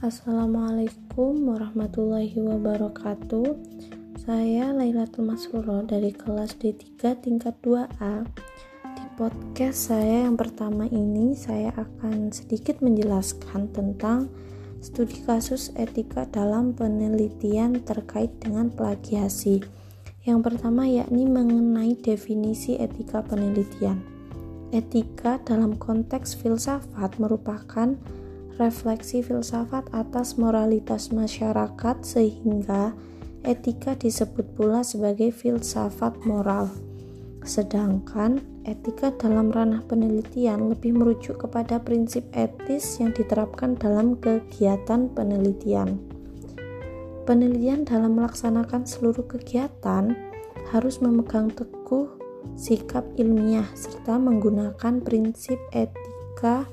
Assalamualaikum warahmatullahi wabarakatuh. Saya Lailatul Masruro dari kelas D3 tingkat 2A. Di podcast saya yang pertama ini, saya akan sedikit menjelaskan tentang studi kasus etika dalam penelitian terkait dengan plagiasi. Yang pertama yakni mengenai definisi etika penelitian. Etika dalam konteks filsafat merupakan refleksi filsafat atas moralitas masyarakat, sehingga etika disebut pula sebagai filsafat moral. Sedangkan etika dalam ranah penelitian lebih merujuk kepada prinsip etis yang diterapkan dalam kegiatan penelitian. Penelitian dalam melaksanakan seluruh kegiatan harus memegang teguh sikap ilmiah serta menggunakan prinsip etika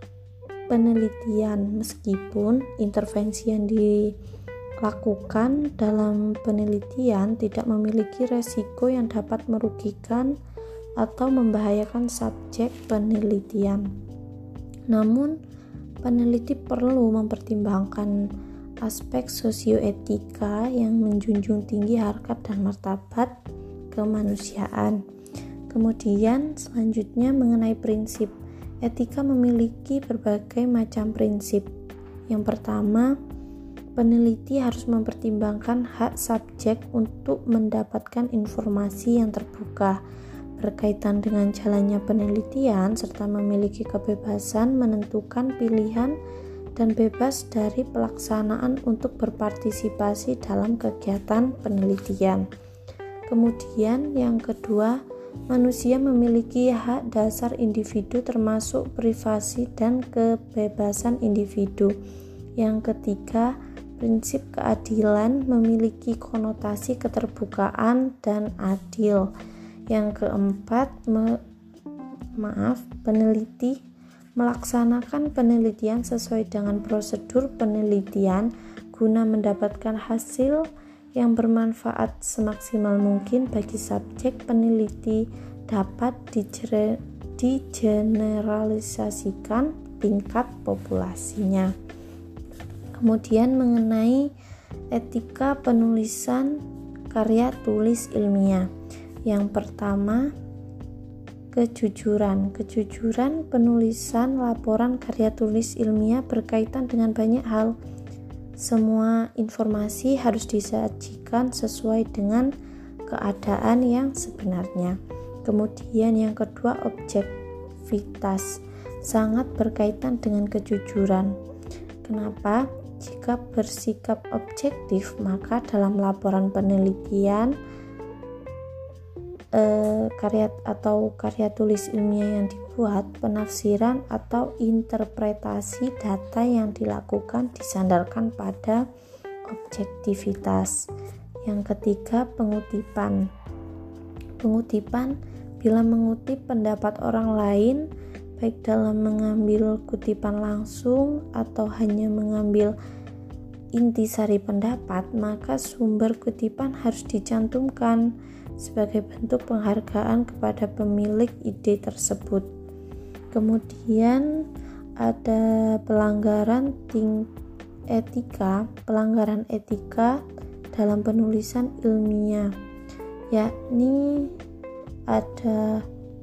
penelitian, meskipun intervensi yang dilakukan dalam penelitian tidak memiliki resiko yang dapat merugikan atau membahayakan subjek penelitian. Namun, peneliti perlu mempertimbangkan aspek sosioetika yang menjunjung tinggi harkat dan martabat kemanusiaan. Kemudian selanjutnya mengenai prinsip. Etika memiliki berbagai macam prinsip. Yang pertama, peneliti harus mempertimbangkan hak subjek untuk mendapatkan informasi yang terbuka berkaitan dengan jalannya penelitian, serta memiliki kebebasan menentukan pilihan dan bebas dari pelaksanaan untuk berpartisipasi dalam kegiatan penelitian. Kemudian yang kedua, manusia memiliki hak dasar individu termasuk privasi dan kebebasan individu. Yang ketiga, prinsip keadilan memiliki konotasi keterbukaan dan adil. Yang keempat, peneliti melaksanakan penelitian sesuai dengan prosedur penelitian guna mendapatkan hasil yang bermanfaat semaksimal mungkin bagi subjek peneliti, dapat digeneralisasikan tingkat populasinya. Kemudian mengenai etika penulisan karya tulis ilmiah. Yang pertama, kejujuran penulisan laporan karya tulis ilmiah berkaitan dengan banyak hal. Semua informasi harus disajikan sesuai dengan keadaan yang sebenarnya. Kemudian yang kedua, objektivitas sangat berkaitan dengan kejujuran. Kenapa? Jika bersikap objektif, maka dalam laporan penelitian karya tulis ilmiah yang dibuat, penafsiran atau interpretasi data yang dilakukan disandarkan pada objektivitas. Yang ketiga, pengutipan bila mengutip pendapat orang lain, baik dalam mengambil kutipan langsung atau hanya mengambil intisari pendapat, maka sumber kutipan harus dicantumkan sebagai bentuk penghargaan kepada pemilik ide tersebut. Kemudian ada pelanggaran etika dalam penulisan ilmiah, yakni ada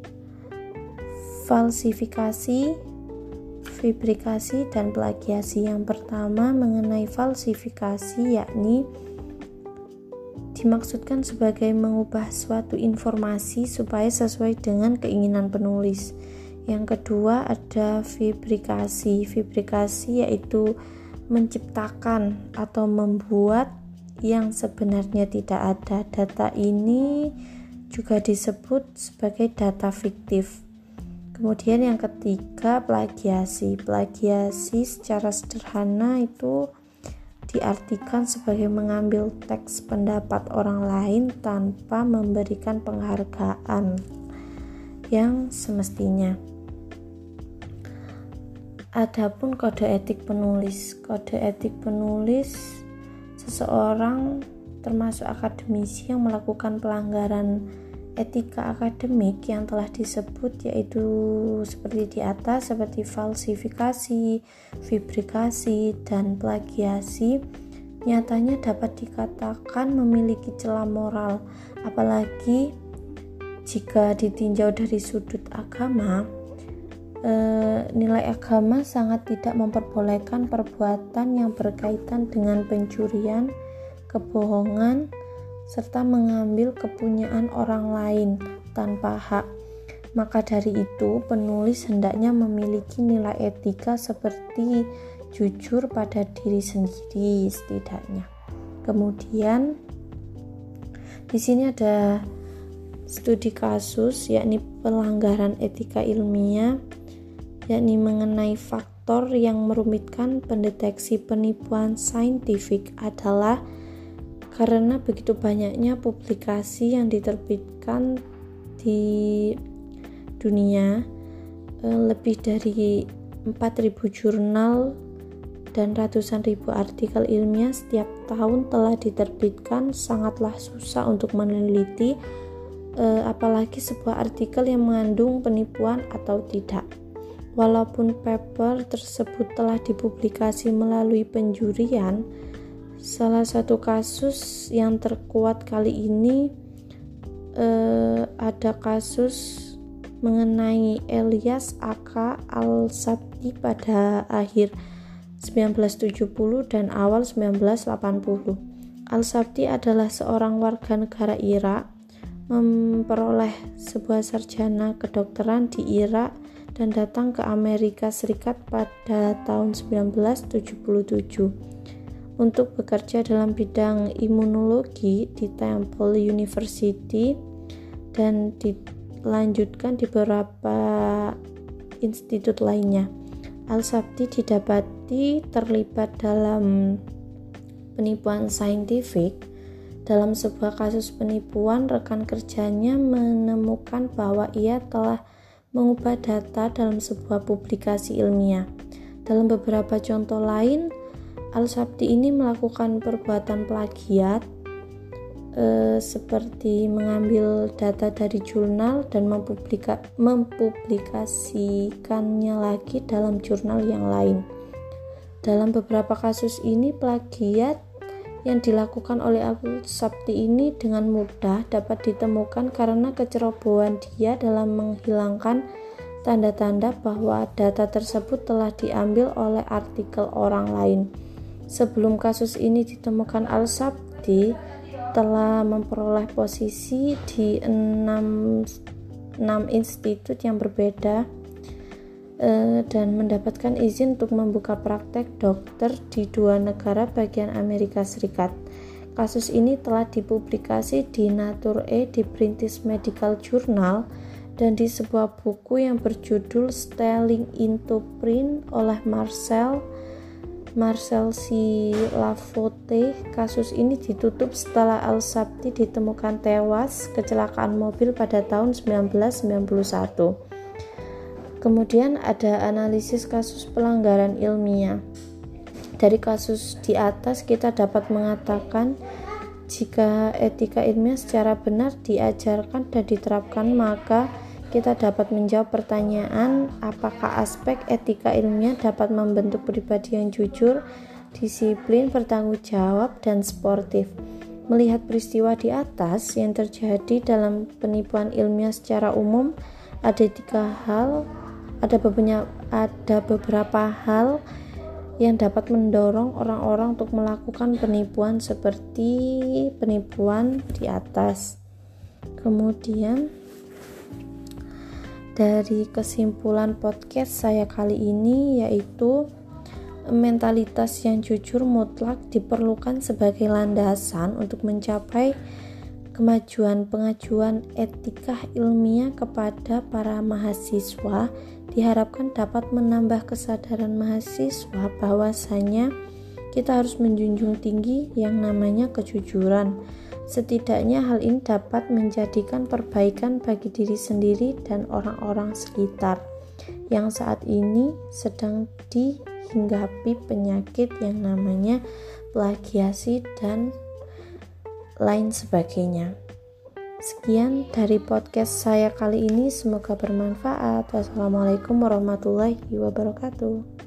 falsifikasi, fabrikasi, dan plagiasi. Yang pertama mengenai falsifikasi, yakni dimaksudkan sebagai mengubah suatu informasi supaya sesuai dengan keinginan penulis. Yang kedua ada fabrikasi yaitu menciptakan atau membuat yang sebenarnya tidak ada. Data ini juga disebut sebagai data fiktif. Kemudian yang ketiga, plagiasi secara sederhana itu diartikan sebagai mengambil teks pendapat orang lain tanpa memberikan penghargaan yang semestinya. Adapun kode etik penulis, seseorang termasuk akademisi yang melakukan pelanggaran etika akademik yang telah disebut yaitu seperti di atas, seperti falsifikasi, fabrikasi, dan plagiasi, nyatanya dapat dikatakan memiliki celah moral, apalagi jika ditinjau dari sudut agama. Nilai agama sangat tidak memperbolehkan perbuatan yang berkaitan dengan pencurian, kebohongan, serta mengambil kepunyaan orang lain tanpa hak. Maka dari itu, penulis hendaknya memiliki nilai etika seperti jujur pada diri sendiri setidaknya. Kemudian di sini ada studi kasus, yakni pelanggaran etika ilmiah, yakni mengenai faktor yang merumitkan pendeteksi penipuan saintifik adalah karena begitu banyaknya publikasi yang diterbitkan di dunia, lebih dari 4.000 jurnal dan ratusan ribu artikel ilmiah setiap tahun telah diterbitkan. Sangatlah susah untuk meneliti apalagi sebuah artikel yang mengandung penipuan atau tidak. Walaupun paper tersebut telah dipublikasi melalui penjurian, salah satu kasus yang terkuat kali ini ada kasus mengenai Elias Aka Al-Sabti pada akhir 1970 dan awal 1980. Al-Sabti adalah seorang warga negara Irak, memperoleh sebuah sarjana kedokteran di Irak dan datang ke Amerika Serikat pada tahun 1977 untuk bekerja dalam bidang imunologi di Temple University dan dilanjutkan di beberapa institut lainnya. Al-Sabti didapati terlibat dalam penipuan saintifik. Dalam sebuah kasus penipuan, rekan kerjanya menemukan bahwa ia telah mengubah data dalam sebuah publikasi ilmiah. Dalam beberapa contoh lain, Al-Sabti ini melakukan perbuatan plagiat seperti mengambil data dari jurnal dan mempublikasikannya lagi dalam jurnal yang lain. Dalam beberapa kasus ini, plagiat yang dilakukan oleh Al-Sabti ini dengan mudah dapat ditemukan karena kecerobohan dia dalam menghilangkan tanda-tanda bahwa data tersebut telah diambil oleh artikel orang lain. Sebelum kasus ini ditemukan, Al-Sabti telah memperoleh posisi di 6 institut yang berbeda dan mendapatkan izin untuk membuka praktek dokter di 2 negara bagian Amerika Serikat. Kasus ini telah dipublikasi di Nature, di British Medical Journal, dan di sebuah buku yang berjudul Stealing into Print oleh Marcel C. Laffotte. Kasus ini ditutup setelah Al-Sabti ditemukan tewas kecelakaan mobil pada tahun 1991. Kemudian ada analisis kasus pelanggaran ilmiah. Dari kasus di atas kita dapat mengatakan jika etika ilmiah secara benar diajarkan dan diterapkan, maka kita dapat menjawab pertanyaan apakah aspek etika ilmiah dapat membentuk pribadi yang jujur, disiplin, bertanggung jawab, dan sportif. Melihat peristiwa di atas yang terjadi dalam penipuan ilmiah secara umum, ada beberapa hal yang dapat mendorong orang-orang untuk melakukan penipuan seperti penipuan di atas. Kemudian dari kesimpulan podcast saya kali ini yaitu mentalitas yang jujur mutlak diperlukan sebagai landasan untuk mencapai kemajuan. Pengajuan etika ilmiah kepada para mahasiswa diharapkan dapat menambah kesadaran mahasiswa bahwasanya kita harus menjunjung tinggi yang namanya kejujuran. Setidaknya hal ini dapat menjadikan perbaikan bagi diri sendiri dan orang-orang sekitar yang saat ini sedang dihinggapi penyakit yang namanya plagiasi dan lain sebagainya. Sekian dari podcast saya kali ini, semoga bermanfaat. Wassalamualaikum warahmatullahi wabarakatuh.